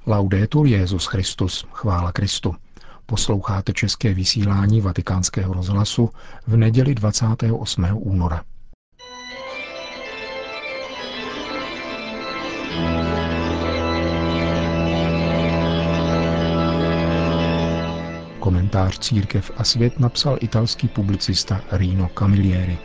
Laudetur Jesus Christus, chvála Kristu. Posloucháte české vysílání Vatikánského rozhlasu v neděli 28. února. Komentář Církev a svět napsal italský publicista Rino Camilleri.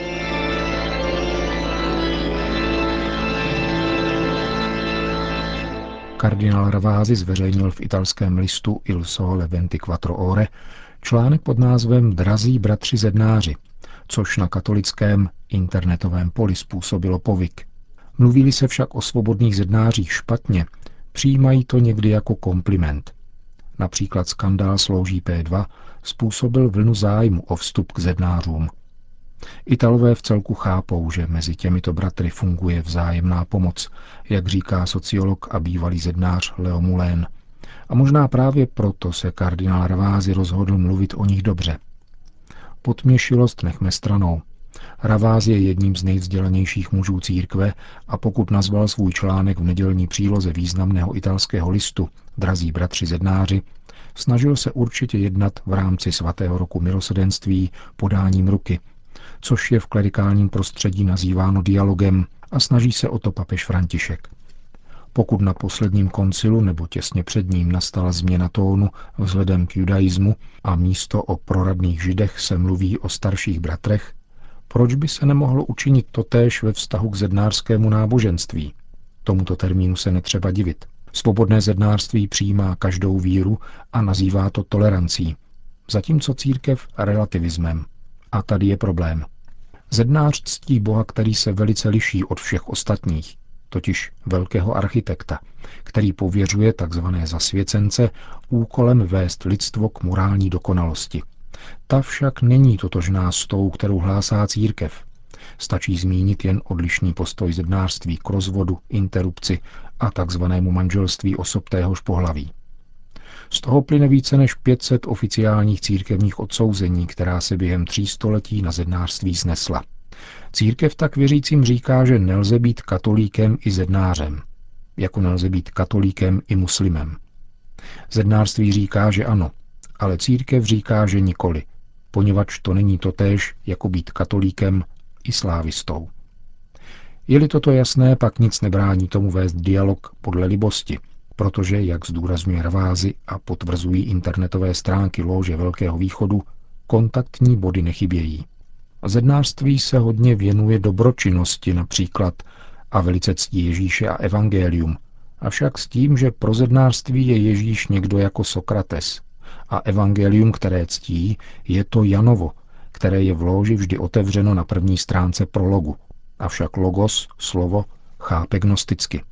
Kardinál Ravasi zveřejnil v italském listu Il Sole 24 Ore článek pod názvem Drazí bratři zednáři, což na katolickém internetovém poli způsobilo povyk. Mluví-li se však o svobodných zednářích špatně, přijímají to někdy jako kompliment. Například skandál s lóží P2 způsobil vlnu zájmu o vstup k zednářům. Italové vcelku chápou, že mezi těmito bratry funguje vzájemná pomoc, jak říká sociolog a bývalý zednář Leo Mulén. A možná právě proto se kardinál Ravasi rozhodl mluvit o nich dobře. Podměšilost nechme stranou. Ravasi je jedním z nejvzdělanějších mužů církve a pokud nazval svůj článek v nedělní příloze významného italského listu Drazí bratři zednáři, snažil se určitě jednat v rámci svatého roku milosrdenství podáním ruky, což je v klerikálním prostředí nazýváno dialogem a snaží se o to papež František. Pokud na posledním koncilu nebo těsně před ním nastala změna tónu vzhledem k judaismu a místo o proradných židech se mluví o starších bratrech, proč by se nemohlo učinit totéž ve vztahu k zednářskému náboženství? Tomuto termínu se netřeba divit. Svobodné zednářství přijímá každou víru a nazývá to tolerancí, zatímco církev relativismem. A tady je problém. Zednář ctí Boha, který se velice liší od všech ostatních, totiž velkého architekta, který pověřuje tzv. Zasvěcence úkolem vést lidstvo k morální dokonalosti. Ta však není totožná s tou, kterou hlásá církev. Stačí zmínit jen odlišný postoj zednářství k rozvodu, interrupci a takzvanému manželství osob téhož pohlaví. Z toho plyne více než 500 oficiálních církevních odsouzení, která se během 3 století na zednářství snesla. Církev tak věřícím říká, že nelze být katolíkem i zednářem, jako nelze být katolíkem i muslimem. Zednářství říká, že ano, ale církev říká, že nikoli, poněvadž to není totéž, jako být katolíkem i slávistou. Je-li toto jasné, pak nic nebrání tomu vést dialog podle libosti, protože, jak zdůrazňuje Ravasi a potvrzují internetové stránky Lóže Velkého východu, kontaktní body nechybějí. Zednářství se hodně věnuje dobročinnosti například a velice ctí Ježíše a evangelium, avšak s tím, že pro zednářství je Ježíš někdo jako Sokrates a evangelium, které ctí, je to Janovo, které je v Lóži vždy otevřeno na první stránce prologu, avšak logos, slovo, chápe gnosticky.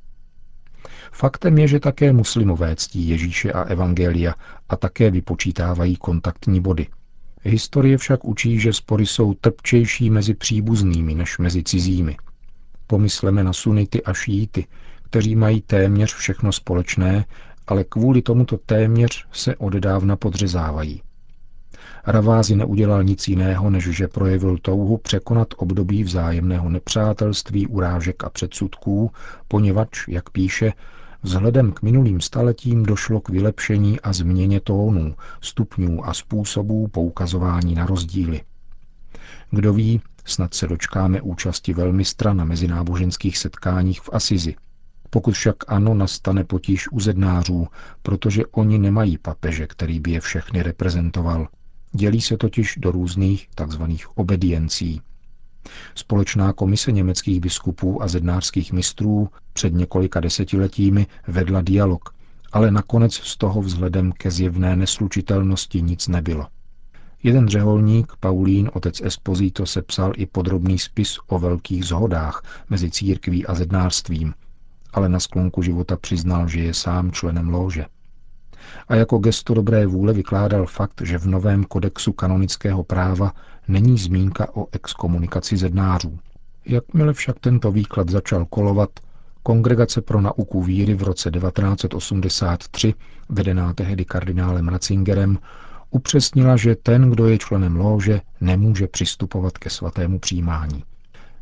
Faktem je, že také muslimové ctí Ježíše a evangelia a také vypočítávají kontaktní body. Historie však učí, že spory jsou trpčejší mezi příbuznými než mezi cizími. Pomysleme na sunity a šíity, kteří mají téměř všechno společné, ale kvůli tomuto téměř se odedávna podřezávají. Ravasi neudělal nic jiného, než že projevil touhu překonat období vzájemného nepřátelství, urážek a předsudků, poněvadž, jak píše, vzhledem k minulým staletím došlo k vylepšení a změně tónů, stupňů a způsobů poukazování na rozdíly. Kdo ví, snad se dočkáme účasti velmistra na mezináboženských setkáních v Asizi. Pokud však ano, nastane potíž u zednářů, protože oni nemají papeže, který by je všechny reprezentoval. Dělí se totiž do různých tzv. Obediencí. Společná komise německých biskupů a zednářských mistrů před několika desetiletími vedla dialog, ale nakonec z toho vzhledem ke zjevné neslučitelnosti nic nebylo. Jeden řeholník, Paulín, otec Esposito, sepsal i podrobný spis o velkých shodách mezi církví a zednářstvím, ale na sklonku života přiznal, že je sám členem lóže. A jako gesto dobré vůle vykládal fakt, že v novém kodexu kanonického práva není zmínka o exkomunikaci zednářů. Jakmile však tento výklad začal kolovat, Kongregace pro nauku víry v roce 1983, vedená tehdy kardinálem Ratzingerem, upřesnila, že ten, kdo je členem lóže, nemůže přistupovat ke svatému přijímání.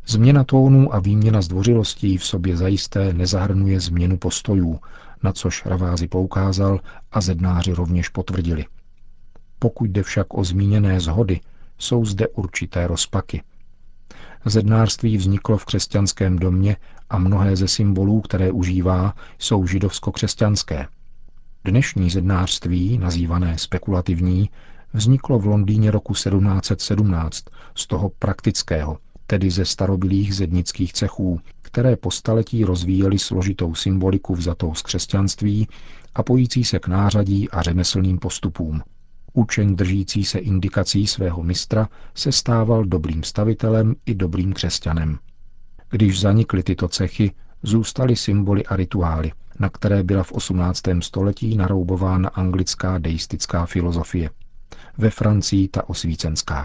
Změna tónů a výměna zdvořilostí v sobě zajisté nezahrnuje změnu postojů, na což Ravasi poukázal a zednáři rovněž potvrdili. Pokud jde však o zmíněné shody, jsou zde určité rozpaky. Zednářství vzniklo v křesťanském domě a mnohé ze symbolů, které užívá, jsou židovsko-křesťanské. Dnešní zednářství, nazývané spekulativní, vzniklo v Londýně roku 1717 z toho praktického, tedy ze starobylých zednických cechů, které po staletí rozvíjely složitou symboliku vzatou z křesťanství a pojící se k nářadí a řemeslným postupům. Učeň držící se indikací svého mistra se stával dobrým stavitelem i dobrým křesťanem. Když zanikly tyto cechy, zůstaly symboly a rituály, na které byla v 18. století naroubována anglická deistická filozofie. Ve Francii ta osvícenská.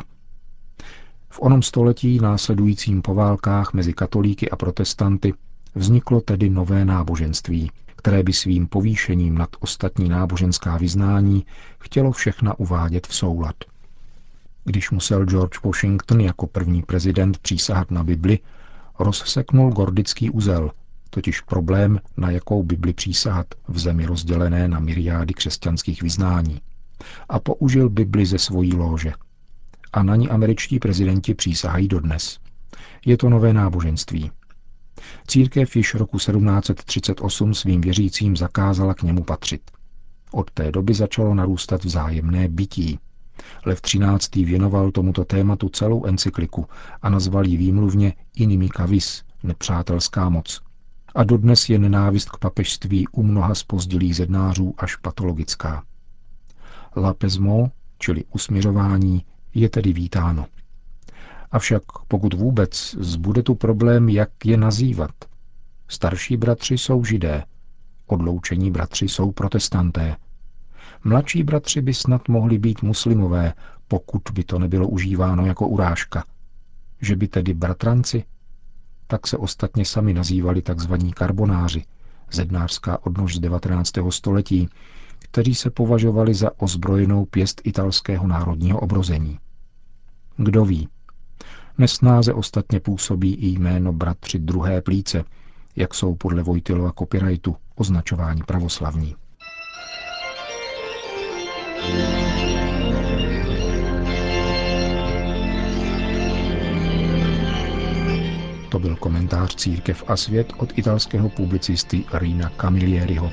V onom století následujícím po válkách mezi katolíky a protestanty vzniklo tedy nové náboženství, které by svým povýšením nad ostatní náboženská vyznání chtělo všechna uvádět v soulad. Když musel George Washington jako první prezident přísahat na Bibli, rozseknul gordický uzel, totiž problém, na jakou Bibli přísahat v zemi rozdělené na myriády křesťanských vyznání, a použil Bibli ze svojí lóže. A na ní američtí prezidenti přísahají dodnes. Je to nové náboženství. Církev již roku 1738 svým věřícím zakázala k němu patřit. Od té doby začalo narůstat vzájemné bití. Lev XIII. Věnoval tomuto tématu celou encykliku a nazval ji výmluvně inimica vis, nepřátelská moc. A dodnes je nenávist k papežství u mnoha zpozdilých zednářů až patologická. L'apaisement, čili usmiřování, je tedy vítáno. Avšak pokud vůbec zbude tu problém, jak je nazývat. Starší bratři jsou židé, odloučení bratři jsou protestanté. Mladší bratři by snad mohli být muslimové, pokud by to nebylo užíváno jako urážka. Že by tedy bratranci? Tak se ostatně sami nazývali takzvaní karbonáři, zednářská odnož z 19. století, kteří se považovali za ozbrojenou pěst italského národního obrození. Kdo ví? Nesnáze ostatně působí i jméno bratři druhé plíce, jak jsou podle Wojtylova copyrightu označování pravoslavní. To byl komentář Církev a svět od italského publicisty Rina Camillieriho.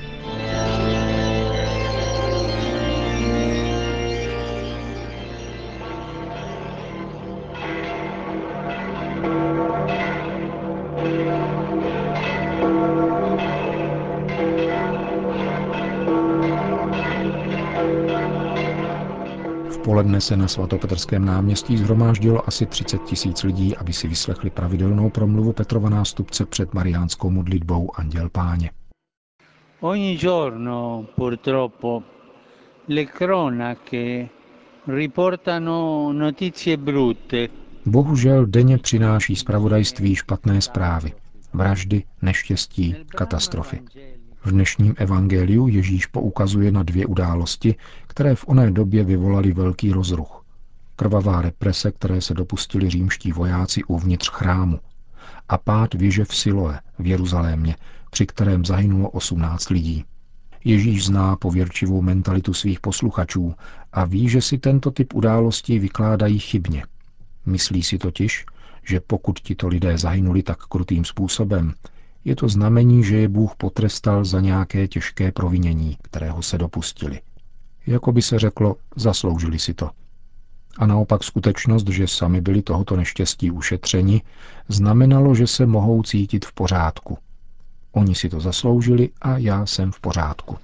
V poledne se na svatopetrském náměstí shromáždilo asi 30 000 lidí, aby si vyslechli pravidelnou promluvu Petrova nástupce před mariánskou modlitbou Anděl Páně. Ogni giorno, purtroppo, le cronache riportano notizie brutte. Bohužel denně přináší zpravodajství špatné zprávy, vraždy, neštěstí, katastrofy. V dnešním evangeliu Ježíš poukazuje na 2 události, které v oné době vyvolaly velký rozruch. Krvavá represe, které se dopustili římští vojáci uvnitř chrámu, a pád věže v Siloé v Jeruzalémě, při kterém zahynulo 18 lidí. Ježíš zná pověrčivou mentalitu svých posluchačů a ví, že si tento typ událostí vykládají chybně. Myslí si totiž, že pokud tito lidé zahynuli tak krutým způsobem, je to znamení, že je Bůh potrestal za nějaké těžké provinění, kterého se dopustili. Jako by se řeklo, zasloužili si to. A naopak skutečnost, že sami byli tohoto neštěstí ušetřeni, znamenalo, že se mohou cítit v pořádku. Oni si to zasloužili a já jsem v pořádku.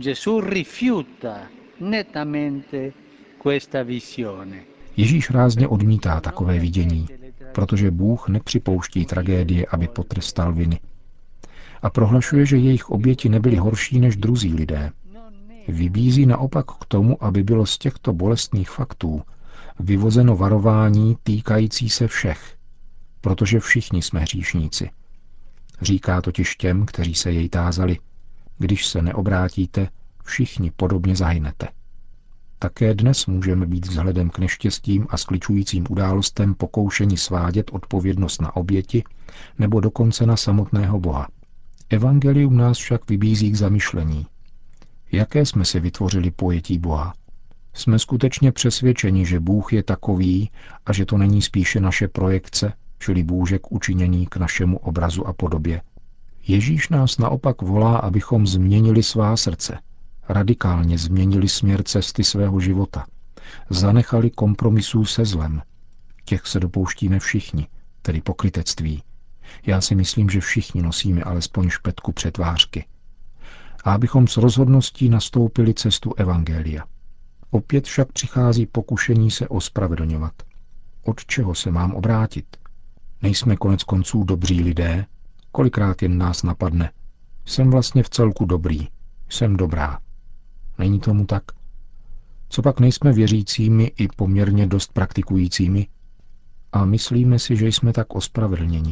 Ježíš rázně odmítá takové vidění, protože Bůh nepřipouští tragédie, aby potrestal viny. A prohlašuje, že jejich oběti nebyly horší než druzí lidé. Vybízí naopak k tomu, aby bylo z těchto bolestných faktů vyvozeno varování týkající se všech, protože všichni jsme hříšníci. Říká totiž těm, kteří se jej tázali, když se neobrátíte, všichni podobně zahynete. Také dnes můžeme být vzhledem k neštěstím a skličujícím událostem pokoušeni svádět odpovědnost na oběti nebo dokonce na samotného Boha. Evangelium nás však vybízí k zamyšlení. Jaké jsme si vytvořili pojetí Boha? Jsme skutečně přesvědčeni, že Bůh je takový a že to není spíše naše projekce, čili bůžek učiněný k našemu obrazu a podobě? Ježíš nás naopak volá, abychom změnili svá srdce, radikálně změnili směr cesty svého života, zanechali kompromisů se zlem. Těch se dopouštíme všichni, tedy pokrytectví. Já si myslím, že všichni nosíme alespoň špetku přetvářky. A abychom s rozhodností nastoupili cestu evangelia. Opět však přichází pokušení se ospravedlňovat. Od čeho se mám obrátit? Nejsme konec konců dobří lidé? Kolikrát jen nás napadne. Jsem vlastně v celku dobrý. Jsem dobrá. Není tomu tak? Copak nejsme věřícími i poměrně dost praktikujícími? A myslíme si, že jsme tak ospravedlněni.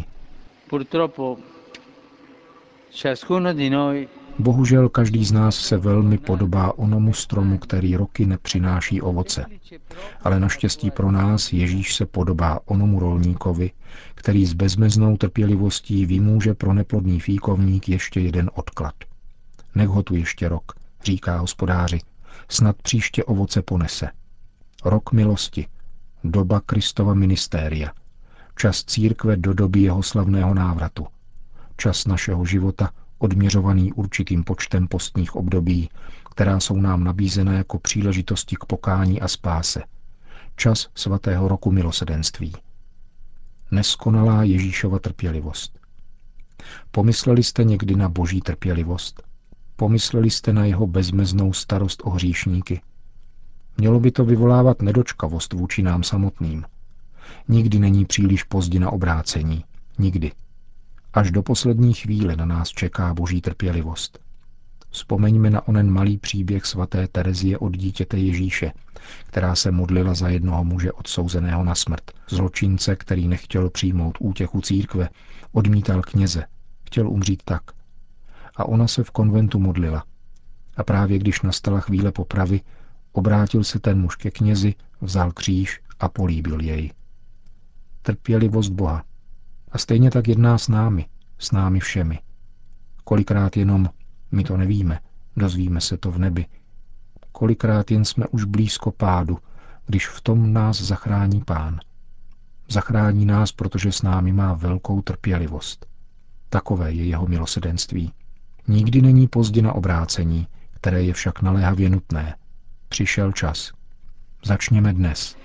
Bohužel každý z nás se velmi podobá onomu stromu, který roky nepřináší ovoce. Ale naštěstí pro nás Ježíš se podobá onomu rolníkovi, který s bezmeznou trpělivostí vymůže pro neplodný fíkovník ještě jeden odklad. Nech ho tu ještě rok, říká hospodáři, snad příště ovoce ponese. Rok milosti, doba Kristova ministéria, čas církve do doby jeho slavného návratu, čas našeho života odměřovaný určitým počtem postních období, která jsou nám nabízena jako příležitosti k pokání a spáse. Čas svatého roku milosedenství. Neskonalá Ježíšova trpělivost. Pomysleli jste někdy na boží trpělivost? Pomysleli jste na jeho bezmeznou starost o hříšníky? Mělo by to vyvolávat nedočkavost vůči nám samotným. Nikdy není příliš pozdě na obrácení. Nikdy. Až do poslední chvíle na nás čeká boží trpělivost. Vzpomeňme na onen malý příběh svaté Terezie od dítěte Ježíše, která se modlila za jednoho muže odsouzeného na smrt. Zločince, který nechtěl přijmout útěchu církve, odmítal kněze, chtěl umřít tak. A ona se v konventu modlila. A právě když nastala chvíle popravy, obrátil se ten muž ke knězi, vzal kříž a políbil jej. Trpělivost Boha. A stejně tak jedná s námi všemi. Kolikrát jenom my to nevíme, dozvíme se to v nebi. Kolikrát jen jsme už blízko pádu, když v tom nás zachrání Pán. Zachrání nás, protože s námi má velkou trpělivost. Takové je jeho milosedenství. Nikdy není pozdě na obrácení, které je však naléhavě nutné. Přišel čas. Začněme dnes.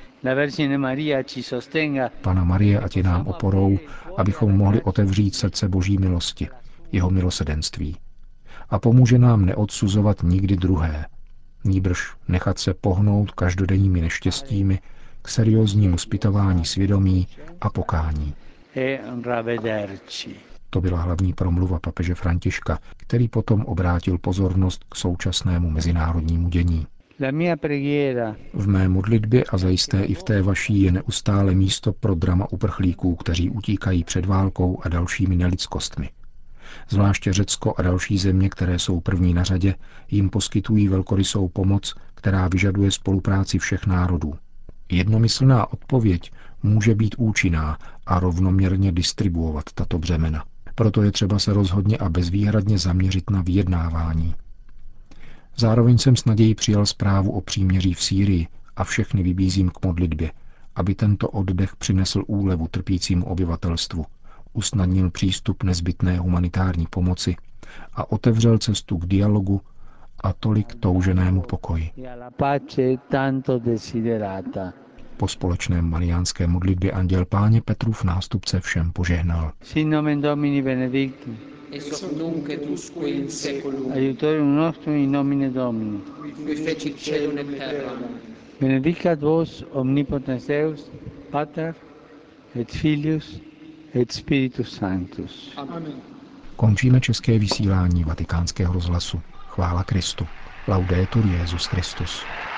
Panna Marie, ať je nám oporou, abychom mohli otevřít srdce Boží milosti, jeho milosedenství. A pomůže nám neodsuzovat nikdy druhé, nýbrž nechat se pohnout každodenními neštěstími k serióznímu zpytování svědomí a pokání. To byla hlavní promluva papeže Františka, který potom obrátil pozornost k současnému mezinárodnímu dění. V mé modlitbě a zajisté i v té vaší je neustále místo pro drama uprchlíků, kteří utíkají před válkou a dalšími nelidskostmi. Zvláště Řecko a další země, které jsou první na řadě, jim poskytují velkorysou pomoc, která vyžaduje spolupráci všech národů. Jednomyslná odpověď může být účinná a rovnoměrně distribuovat tato břemena. Proto je třeba se rozhodně a bezvýhradně zaměřit na vyjednávání. Zároveň jsem s nadějí přijal zprávu o příměří v Sýrii a všechny vybízím k modlitbě, aby tento oddech přinesl úlevu trpícímu obyvatelstvu, usnadnil přístup nezbytné humanitární pomoci a otevřel cestu k dialogu a tolik touženému pokoji. Po společném mariánské modlitbě Anděl Páně Petrův nástupce všem požehnal. Sin nomen Domini benedictum. Ex hoc nunc et usque in seculum. Aiutorium nostrum in nomine Domini. Qui fecit caelum et terram. Benedicat vos omnipotens Deus, Pater et Filius et Spiritus Sanctus. Amen. Končíme české vysílání Vatikánského rozhlasu. Chvála Kristu. Laudetur Jesus Christus.